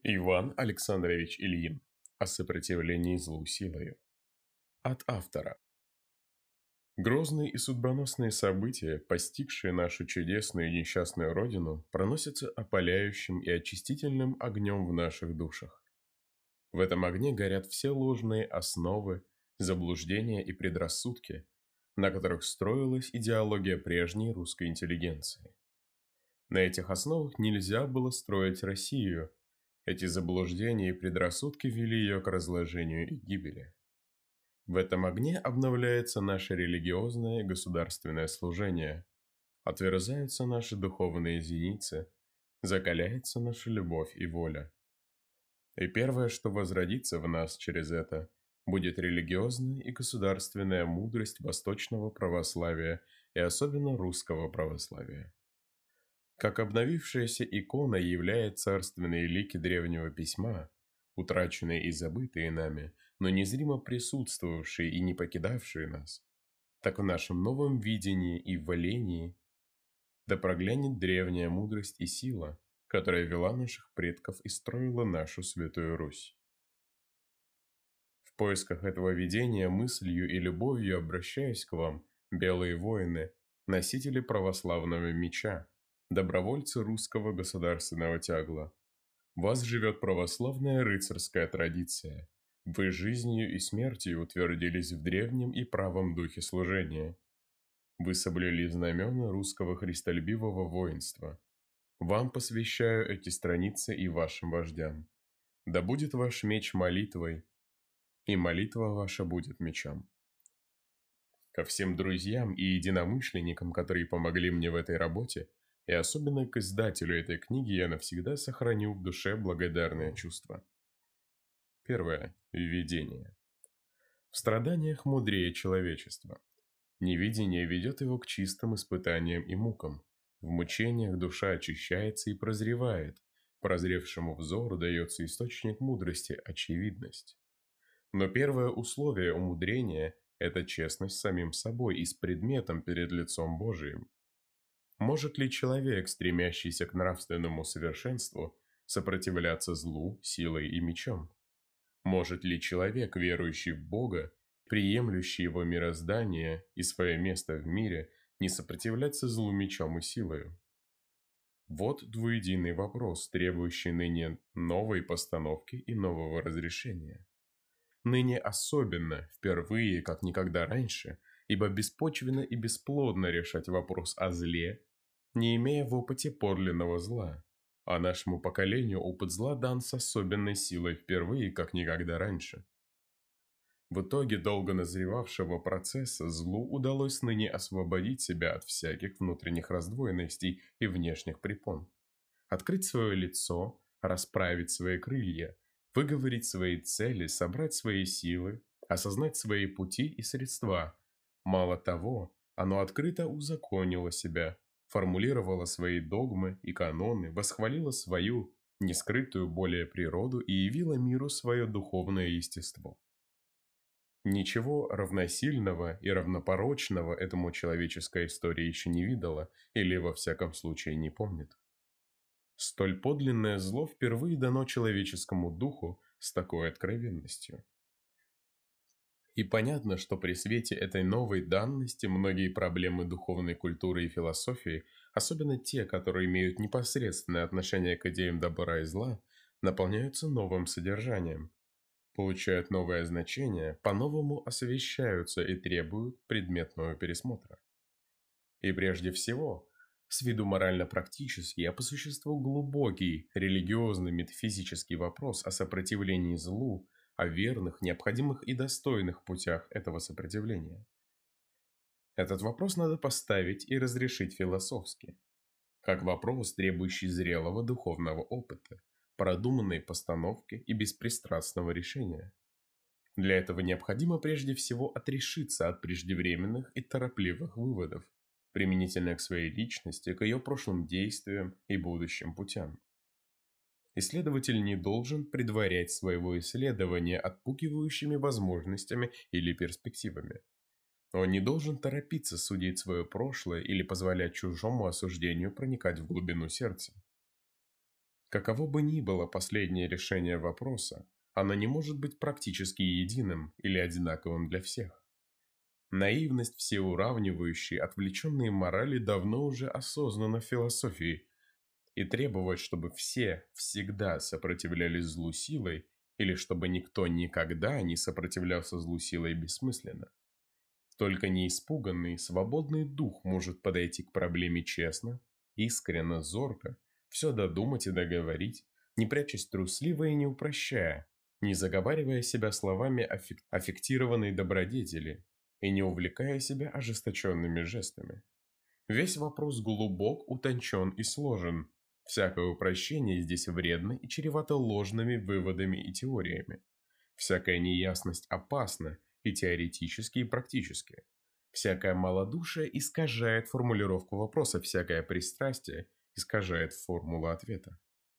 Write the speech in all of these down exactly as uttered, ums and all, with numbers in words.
Иван Александрович Ильин. О сопротивлении злу силою. От автора. Грозные и судьбоносные события, постигшие нашу чудесную и несчастную родину, проносятся опаляющим и очистительным огнем в наших душах. В этом огне горят все ложные основы, заблуждения и предрассудки, на которых строилась идеология прежней русской интеллигенции. На этих основах нельзя было строить Россию. Эти заблуждения и предрассудки вели ее к разложению и гибели. В этом огне обновляется наше религиозное и государственное служение, отверзаются наши духовные зеницы, закаляется наша любовь и воля. И первое, что возродится в нас через это, будет религиозная и государственная мудрость восточного православия и особенно русского православия. Как обновившаяся икона являет царственные лики древнего письма, утраченные и забытые нами, но незримо присутствовавшие и не покидавшие нас, так в нашем новом видении и ввалении да проглянет древняя мудрость и сила, которая вела наших предков и строила нашу Святую Русь. В поисках этого видения мыслью и любовью обращаюсь к вам, белые воины, носители православного меча, добровольцы русского государственного тягла. В вас живет православная рыцарская традиция. Вы жизнью и смертью утвердились в древнем и правом духе служения. Вы соблюли знамена русского христолюбивого воинства. Вам посвящаю эти страницы и вашим вождям. Да будет ваш меч молитвой, и молитва ваша будет мечом. Ко всем друзьям и единомышленникам, которые помогли мне в этой работе, и особенно к издателю этой книги я навсегда сохраню в душе благодарное чувство. Первое. Введение. В страданиях мудрее человечества. Невидение ведет его к чистым испытаниям и мукам. В мучениях душа очищается и прозревает. Прозревшему взору дается источник мудрости, очевидность. Но первое условие умудрения – это честность с самим собой и с предметом перед лицом Божиим. Может ли человек, стремящийся к нравственному совершенству, сопротивляться злу силой и мечом? Может ли человек, верующий в Бога, приемлющий его мироздание и свое место в мире, не сопротивляться злу мечом и силою? Вот двуединый вопрос, требующий ныне новой постановки и нового разрешения. Ныне особенно, впервые, как никогда раньше, ибо беспочвенно и бесплодно решать вопрос о зле, не имея в опыте подлинного зла, а нашему поколению опыт зла дан с особенной силой впервые, как никогда раньше. В итоге долго назревавшего процесса злу удалось ныне освободить себя от всяких внутренних раздвоенностей и внешних препон, открыть свое лицо, расправить свои крылья, выговорить свои цели, собрать свои силы, осознать свои пути и средства. Мало того, оно открыто узаконило себя, формулировало свои догмы и каноны, восхвалило свою, нескрытую более природу и явило миру свое духовное естество. Ничего равносильного и равнопорочного этому человеческая история еще не видела или во всяком случае не помнит. Столь подлинное зло впервые дано человеческому духу с такой откровенностью. И понятно, что при свете этой новой данности многие проблемы духовной культуры и философии, особенно те, которые имеют непосредственное отношение к идеям добра и зла, наполняются новым содержанием, получают новое значение, по-новому освещаются и требуют предметного пересмотра. И прежде всего, с виду морально-практический, а по существу глубокий религиозный метафизический вопрос о сопротивлении злу, о верных, необходимых и достойных путях этого сопротивления. Этот вопрос надо поставить и разрешить философски, как вопрос, требующий зрелого духовного опыта, продуманной постановки и беспристрастного решения. Для этого необходимо прежде всего отрешиться от преждевременных и торопливых выводов, применительно к своей личности, к ее прошлым действиям и будущим путям. Исследователь не должен предварять своего исследования отпугивающими возможностями или перспективами. Он не должен торопиться судить свое прошлое или позволять чужому осуждению проникать в глубину сердца. Каково бы ни было последнее решение вопроса, оно не может быть практически единым или одинаковым для всех. Наивность всеуравнивающей, отвлеченной морали давно уже осознана в философии, и требовать, чтобы все всегда сопротивлялись злу силой, или чтобы никто никогда не сопротивлялся злу силой, бессмысленно. Только неиспуганный, свободный дух может подойти к проблеме честно, искренно, зорко, все додумать и договорить, не прячась трусливо и не упрощая, не заговаривая себя словами аффек- аффектированной добродетели и не увлекая себя ожесточенными жестами. Весь вопрос глубок, утончен и сложен. Всякое упрощение здесь вредно и чревато ложными выводами и теориями. Всякая неясность опасна и теоретически, и практически. Всякое малодушие искажает формулировку вопроса, всякое пристрастие искажает формулу ответа.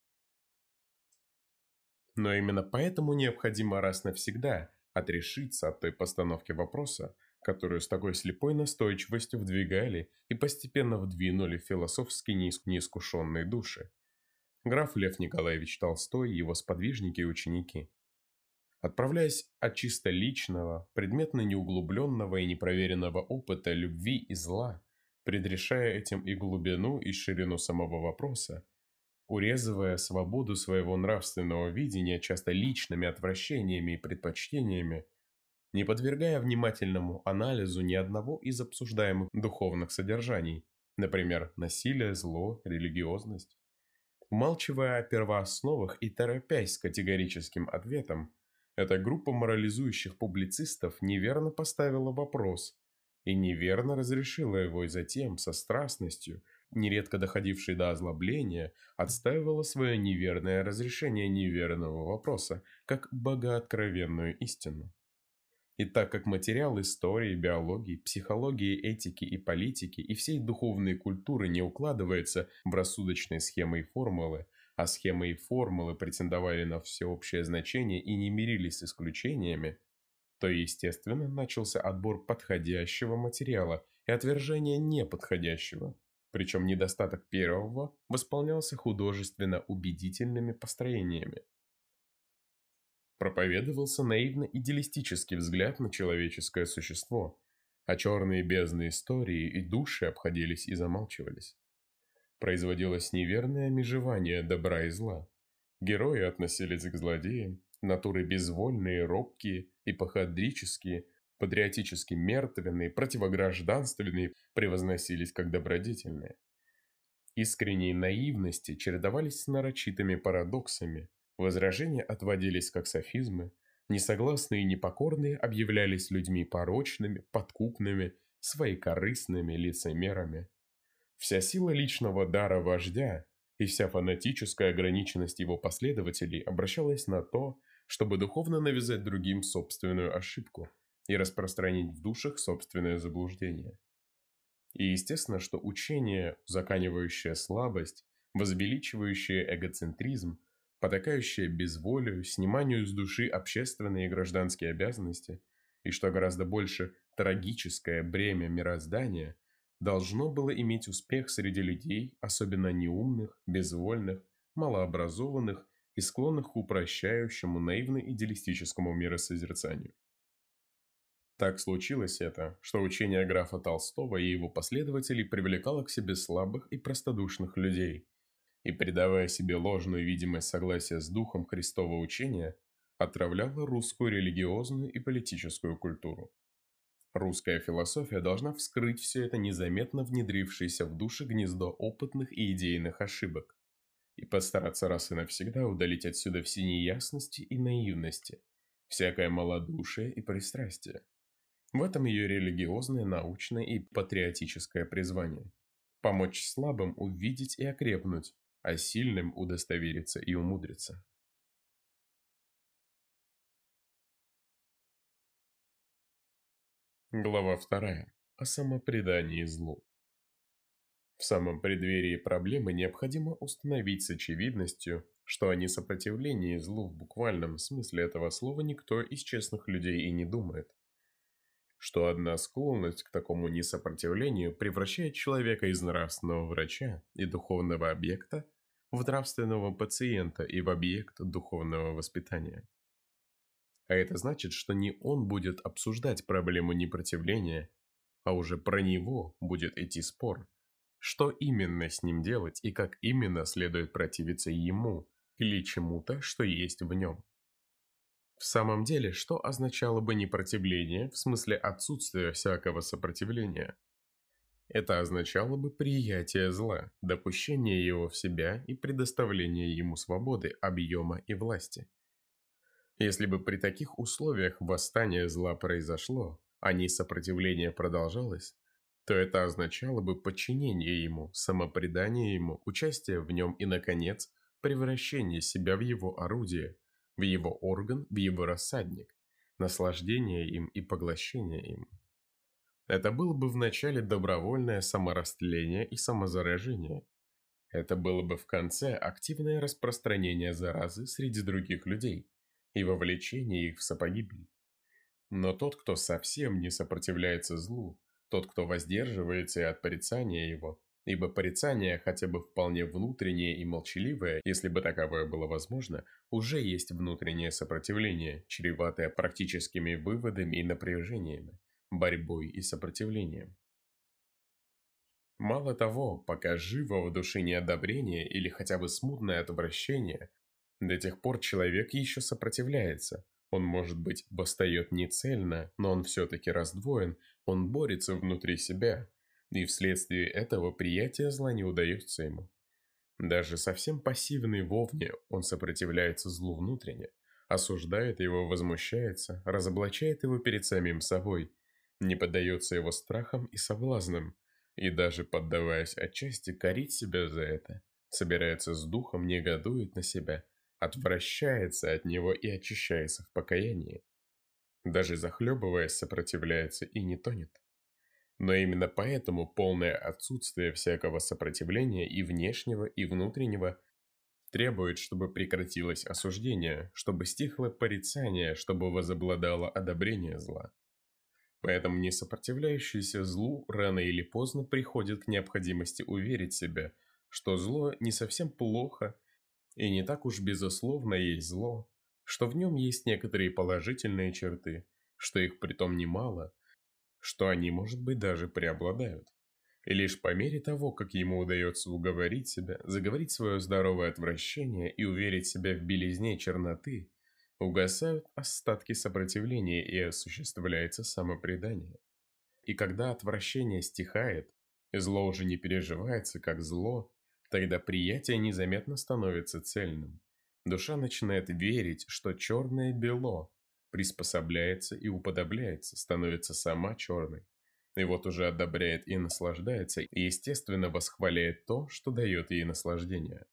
Но именно поэтому необходимо раз навсегда отрешиться от той постановки вопроса, которую с такой слепой настойчивостью вдвигали и постепенно вдвинули философски неискушенные души. Граф Лев Николаевич Толстой и его сподвижники и ученики. Отправляясь от чисто личного, предметно неуглубленного и непроверенного опыта любви и зла, предрешая этим и глубину, и ширину самого вопроса, урезывая свободу своего нравственного видения часто личными отвращениями и предпочтениями, не подвергая внимательному анализу ни одного из обсуждаемых духовных содержаний, например, насилие, зло, религиозность, умалчивая о первоосновах и торопясь с категорическим ответом, эта группа морализующих публицистов неверно поставила вопрос и неверно разрешила его, и затем, со страстностью, нередко доходившей до озлобления, отстаивала свое неверное разрешение неверного вопроса, как богооткровенную истину. И так как материал истории, биологии, психологии, этики и политики и всей духовной культуры не укладывается в рассудочные схемы и формулы, а схемы и формулы претендовали на всеобщее значение и не мирились с исключениями, то, естественно, начался отбор подходящего материала и отвержение неподходящего. Причем недостаток первого восполнялся художественно убедительными построениями. Проповедовался наивно-идеалистический взгляд на человеческое существо, а черные бездны истории и души обходились и замалчивались. Производилось неверное межевание добра и зла. Герои относились к злодеям, натуры безвольные, робкие, ипохондрические, патриотически мертвенные, противогражданственные превозносились как добродетельные. Искренние наивности чередовались с нарочитыми парадоксами, возражения отводились как софизмы, несогласные и непокорные объявлялись людьми порочными, подкупными, своекорыстными лицемерами. Вся сила личного дара вождя и вся фанатическая ограниченность его последователей обращалась на то, чтобы духовно навязать другим собственную ошибку и распространить в душах собственное заблуждение. И естественно, что учение, заканивающее слабость, возвеличивающее эгоцентризм, потакающее безволию, сниманию с души общественные и гражданские обязанности, и, что гораздо больше, трагическое бремя мироздания, должно было иметь успех среди людей, особенно неумных, безвольных, малообразованных и склонных к упрощающему наивно-идеалистическому миросозерцанию. Так случилось это, что учение графа Толстого и его последователей привлекало к себе слабых и простодушных людей, и, придавая себе ложную видимость согласия с духом Христового учения, отравляло русскую религиозную и политическую культуру. Русская философия должна вскрыть все это незаметно внедрившееся в души гнездо опытных и идейных ошибок и постараться раз и навсегда удалить отсюда все неясности и наивности, всякое малодушие и пристрастие. В этом ее религиозное, научное и патриотическое призвание – помочь слабым увидеть и окрепнуть, а сильным удостовериться и умудриться. Глава вторая. О самопредании злу. В самом преддверии проблемы необходимо установить с очевидностью, что о несопротивлении злу в буквальном смысле этого слова никто из честных людей и не думает. Что одна склонность к такому несопротивлению превращает человека из нравственного врача и духовного объекта в нравственного пациента и в объект духовного воспитания. А это значит, что не он будет обсуждать проблему непротивления, а уже про него будет идти спор, что именно с ним делать и как именно следует противиться ему или чему-то, что есть в нем. В самом деле, что означало бы непротивление в смысле отсутствия всякого сопротивления? Это означало бы приятие зла, допущение его в себя и предоставление ему свободы, объема и власти. Если бы при таких условиях восстание зла произошло, а не сопротивление продолжалось, то это означало бы подчинение ему, самопредание ему, участие в нем и, наконец, превращение себя в его орудие, в его орган, в его рассадник, наслаждение им и поглощение им. Это было бы вначале добровольное саморастление и самозаражение. Это было бы в конце активное распространение заразы среди других людей и вовлечение их в сопогибель. Но тот, кто совсем не сопротивляется злу, тот, кто воздерживается и от порицания его, ибо порицание, хотя бы вполне внутреннее и молчаливое, если бы таковое было возможно, уже есть внутреннее сопротивление, чреватое практическими выводами и напряжениями, борьбой и сопротивлением. Мало того, пока живо в душе неодобрение или хотя бы смутное отвращение, до тех пор человек еще сопротивляется. Он, может быть, восстает не цельно, но он все-таки раздвоен, он борется внутри себя, и вследствие этого приятие зла не удается ему. Даже совсем пассивный вовне он сопротивляется злу внутренне, осуждает его, возмущается, разоблачает его перед самим собой, не поддается его страхам и соблазнам, и даже поддаваясь отчасти корить себя за это, собирается с духом, негодует на себя, отвращается от него и очищается в покаянии. Даже захлебываясь, сопротивляется и не тонет. Но именно поэтому полное отсутствие всякого сопротивления и внешнего, и внутреннего требует, чтобы прекратилось осуждение, чтобы стихло порицание, чтобы возобладало одобрение зла. Поэтому несопротивляющийся злу рано или поздно приходит к необходимости уверить себя, что зло не совсем плохо и не так уж безусловно есть зло, что в нем есть некоторые положительные черты, что их притом немало, что они, может быть, даже преобладают. И лишь по мере того, как ему удается уговорить себя, заговорить свое здоровое отвращение и уверить себя в белизне черноты, угасают остатки сопротивления и осуществляется самопредание. И когда отвращение стихает, и зло уже не переживается как зло, тогда приятие незаметно становится цельным. Душа начинает верить, что черное бело, приспособляется и уподобляется, становится сама черной. И вот уже одобряет и наслаждается, и естественно восхваляет то, что дает ей наслаждение.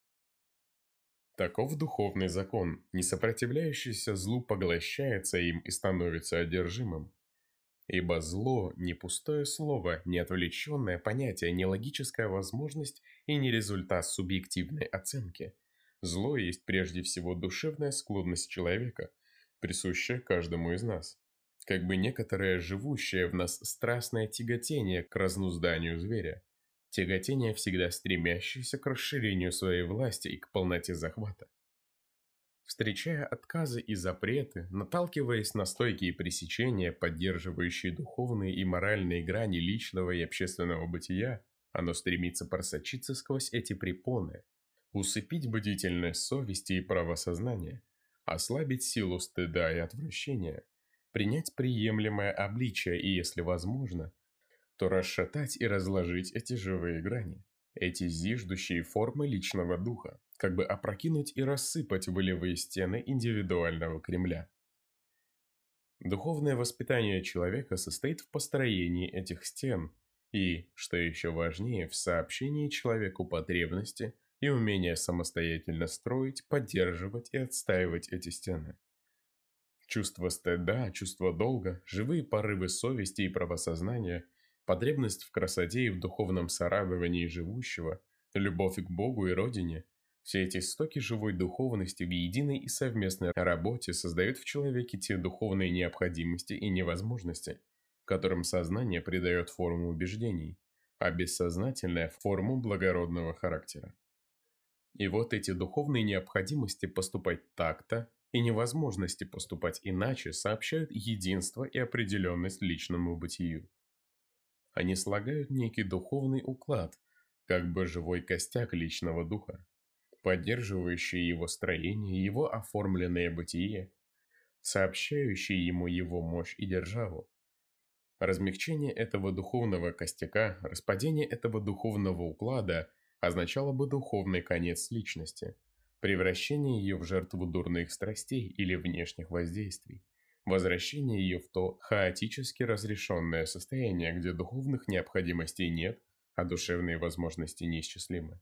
Таков духовный закон, не сопротивляющийся злу поглощается им и становится одержимым. Ибо зло – не пустое слово, не отвлеченное понятие, не логическая возможность и не результат субъективной оценки. Зло есть прежде всего душевная склонность человека, присущая каждому из нас. Как бы некоторое живущее в нас страстное тяготение к разнузданию зверя. Тяготение, всегда стремящееся к расширению своей власти и к полноте захвата. Встречая отказы и запреты, наталкиваясь на стойкие пресечения, поддерживающие духовные и моральные грани личного и общественного бытия, оно стремится просочиться сквозь эти препоны, усыпить бдительность совести и правосознания, ослабить силу стыда и отвращения, принять приемлемое обличие и, если возможно, то расшатать и разложить эти живые грани, эти зиждущие формы личного духа, как бы опрокинуть и рассыпать волевые стены индивидуального Кремля. Духовное воспитание человека состоит в построении этих стен и, что еще важнее, в сообщении человеку потребности и умения самостоятельно строить, поддерживать и отстаивать эти стены. Чувство стыда, чувство долга, живые порывы совести и правосознания, потребность в красоте и в духовном сорадовании живущего, любовь к Богу и Родине – все эти истоки живой духовности в единой и совместной работе создают в человеке те духовные необходимости и невозможности, которым сознание придает форму убеждений, а бессознательное – форму благородного характера. И вот эти духовные необходимости поступать так-то и невозможности поступать иначе сообщают единство и определенность личному бытию. Они слагают некий духовный уклад, как бы живой костяк личного духа, поддерживающий его строение, его оформленное бытие, сообщающий ему его мощь и державу. Размягчение этого духовного костяка, распадение этого духовного уклада означало бы духовный конец личности, превращение ее в жертву дурных страстей или внешних воздействий, возвращение ее в то хаотически разрешенное состояние, где духовных необходимостей нет, а душевные возможности неисчислимы.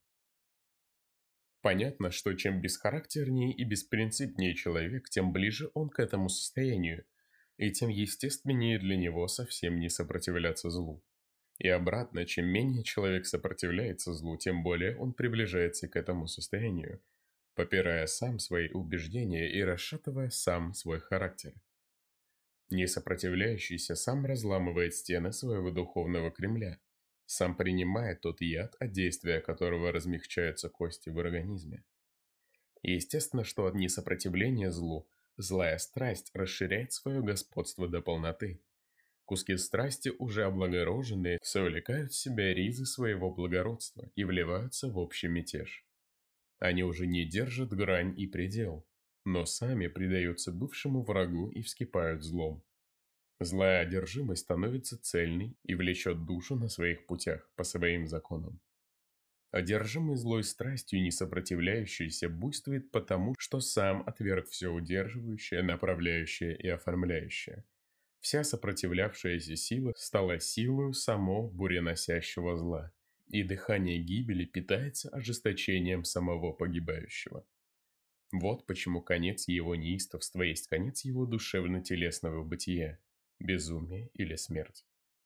Понятно, что чем бесхарактернее и беспринципнее человек, тем ближе он к этому состоянию, и тем естественнее для него совсем не сопротивляться злу. И обратно, чем менее человек сопротивляется злу, тем более он приближается к этому состоянию, попирая сам свои убеждения и расшатывая сам свой характер. Несопротивляющийся сам разламывает стены своего духовного Кремля, сам принимает тот яд, от действия которого размягчаются кости в организме. И естественно, что от несопротивления злу злая страсть расширяет свое господство до полноты. Куски страсти, уже облагороженные, совлекают в себя ризы своего благородства и вливаются в общий мятеж. Они уже не держат грань и предел, но сами предаются бывшему врагу и вскипают злом. Злая одержимость становится цельной и влечет душу на своих путях по своим законам. Одержимый злой страстью не сопротивляющийся буйствует потому, что сам отверг все удерживающее, направляющее и оформляющее. Вся сопротивлявшаяся сила стала силою само буреносящего зла, и дыхание гибели питается ожесточением самого погибающего. Вот почему конец его неистовства есть конец его душевно-телесного бытия, безумие или смерть.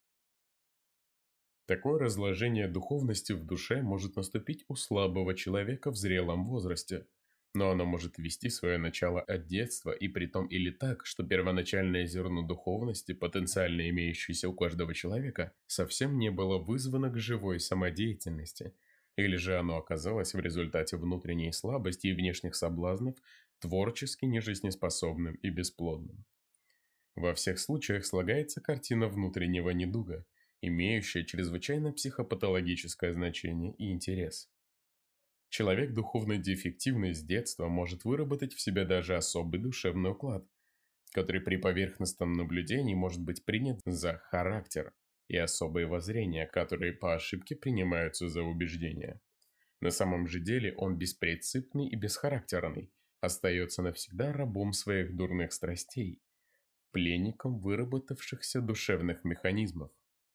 Такое разложение духовности в душе может наступить у слабого человека в зрелом возрасте, но оно может вести свое начало от детства, и притом или так, что первоначальное зерно духовности, потенциально имеющееся у каждого человека, совсем не было вызвано к живой самодеятельности, или же оно оказалось в результате внутренней слабости и внешних соблазнов творчески нежизнеспособным и бесплодным. Во всех случаях слагается картина внутреннего недуга, имеющая чрезвычайно психопатологическое значение и интерес. Человек духовно дефективный с детства может выработать в себе даже особый душевный уклад, который при поверхностном наблюдении может быть принят за характер, и особые воззрения, которые по ошибке принимаются за убеждения. На самом же деле он беспринципный и бесхарактерный, остается навсегда рабом своих дурных страстей, пленником выработавшихся душевных механизмов,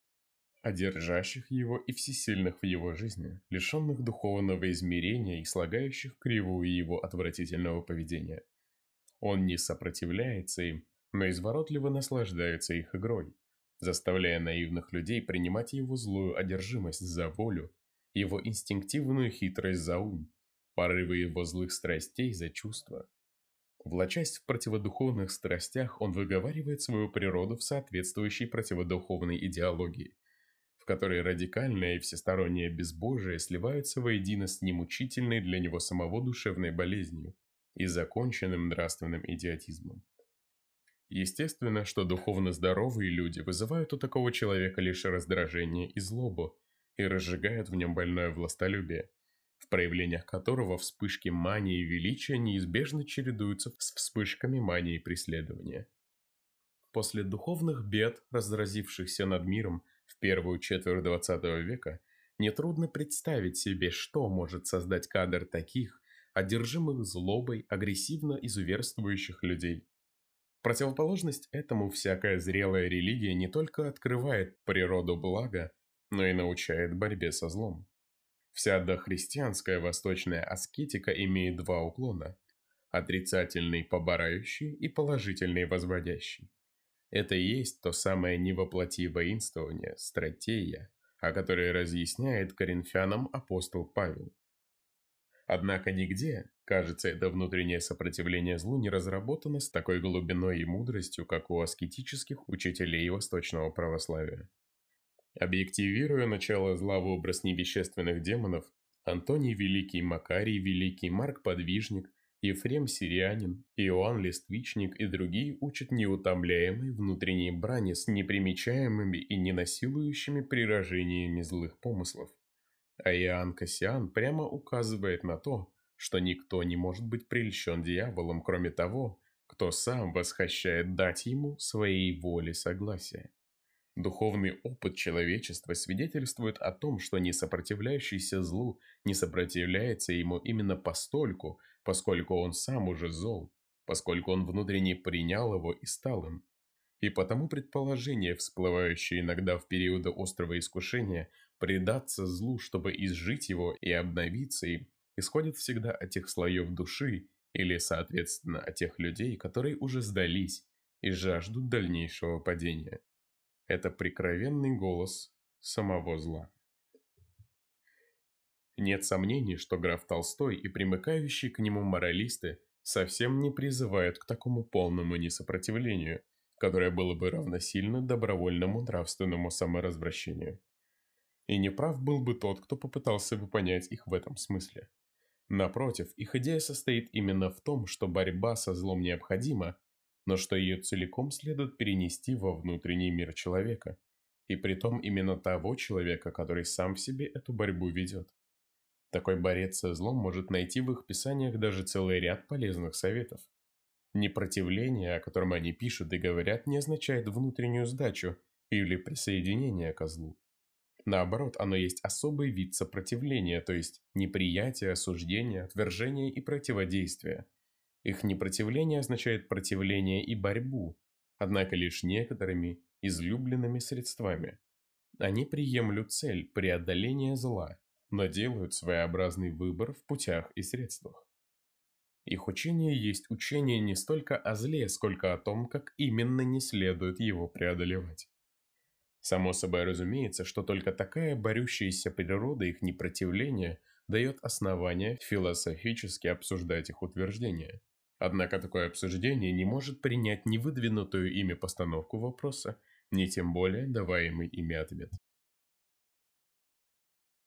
одержащих его и всесильных в его жизни, лишенных духовного измерения и слагающих кривую его отвратительного поведения. Он не сопротивляется им, но изворотливо наслаждается их игрой, заставляя наивных людей принимать его злую одержимость за волю, его инстинктивную хитрость за ум, порывы его злых страстей за чувства. Влачась в противодуховных страстях, он выговаривает свою природу в соответствующей противодуховной идеологии, в которой радикальное и всестороннее безбожие сливаются воедино с немучительной для него самого душевной болезнью и законченным нравственным идиотизмом. Естественно, что духовно здоровые люди вызывают у такого человека лишь раздражение и злобу и разжигают в нем больное властолюбие, в проявлениях которого вспышки мании и величия неизбежно чередуются с вспышками мании преследования. После духовных бед, разразившихся над миром в первую четверть двадцатого века, нетрудно представить себе, что может создать кадр таких, одержимых злобой, агрессивно изуверствующих людей. В противоположность этому всякая зрелая религия не только открывает природу блага, но и научает борьбе со злом. Вся дохристианская восточная аскетика имеет два уклона – отрицательный поборающий и положительный возводящий. Это и есть то самое невоплоти воинствование, стратегия, о которой разъясняет коринфянам апостол Павел. Однако нигде, кажется, это внутреннее сопротивление злу не разработано с такой глубиной и мудростью, как у аскетических учителей восточного православия. Объективируя начало зла в образ невещественных демонов, Антоний Великий, Макарий Великий, Марк Подвижник, Ефрем Сирианин, Иоанн Листвичник и другие учат неутомляемой внутренней брани с непримечаемыми и ненасилующими приражениями злых помыслов. А Иоанн Кассиан прямо указывает на то, что никто не может быть прельщен дьяволом, кроме того, кто сам восхощает дать ему своей воле согласия. Духовный опыт человечества свидетельствует о том, что не сопротивляющийся злу не сопротивляется ему именно постольку, поскольку он сам уже зол, поскольку он внутренне принял его и стал им. И потому предположение, всплывающее иногда в периоды острого искушения, предаться злу, чтобы изжить его и обновиться им, исходит всегда от тех слоев души, или, соответственно, от тех людей, которые уже сдались и жаждут дальнейшего падения. Это прикровенный голос самого зла. Нет сомнений, что граф Толстой и примыкающие к нему моралисты совсем не призывают к такому полному несопротивлению, которое было бы равносильно добровольному нравственному саморазвращению. И неправ был бы тот, кто попытался бы понять их в этом смысле. Напротив, их идея состоит именно в том, что борьба со злом необходима, но что ее целиком следует перенести во внутренний мир человека, и притом именно того человека, который сам в себе эту борьбу ведет. Такой борец со злом может найти в их писаниях даже целый ряд полезных советов. Непротивление, о котором они пишут и говорят, не означает внутреннюю сдачу или присоединение ко злу. Наоборот, оно есть особый вид сопротивления, то есть неприятие, осуждение, отвержение и противодействие. Их непротивление означает противление и борьбу, однако лишь некоторыми излюбленными средствами. Они приемлют цель преодоления зла, но делают своеобразный выбор в путях и средствах. Их учение есть учение не столько о зле, сколько о том, как именно не следует его преодолевать. Само собой разумеется, что только такая борющаяся природа их непротивления дает основание философически обсуждать их утверждения. Однако такое обсуждение не может принять ни выдвинутую ими постановку вопроса, ни тем более даваемый ими ответ.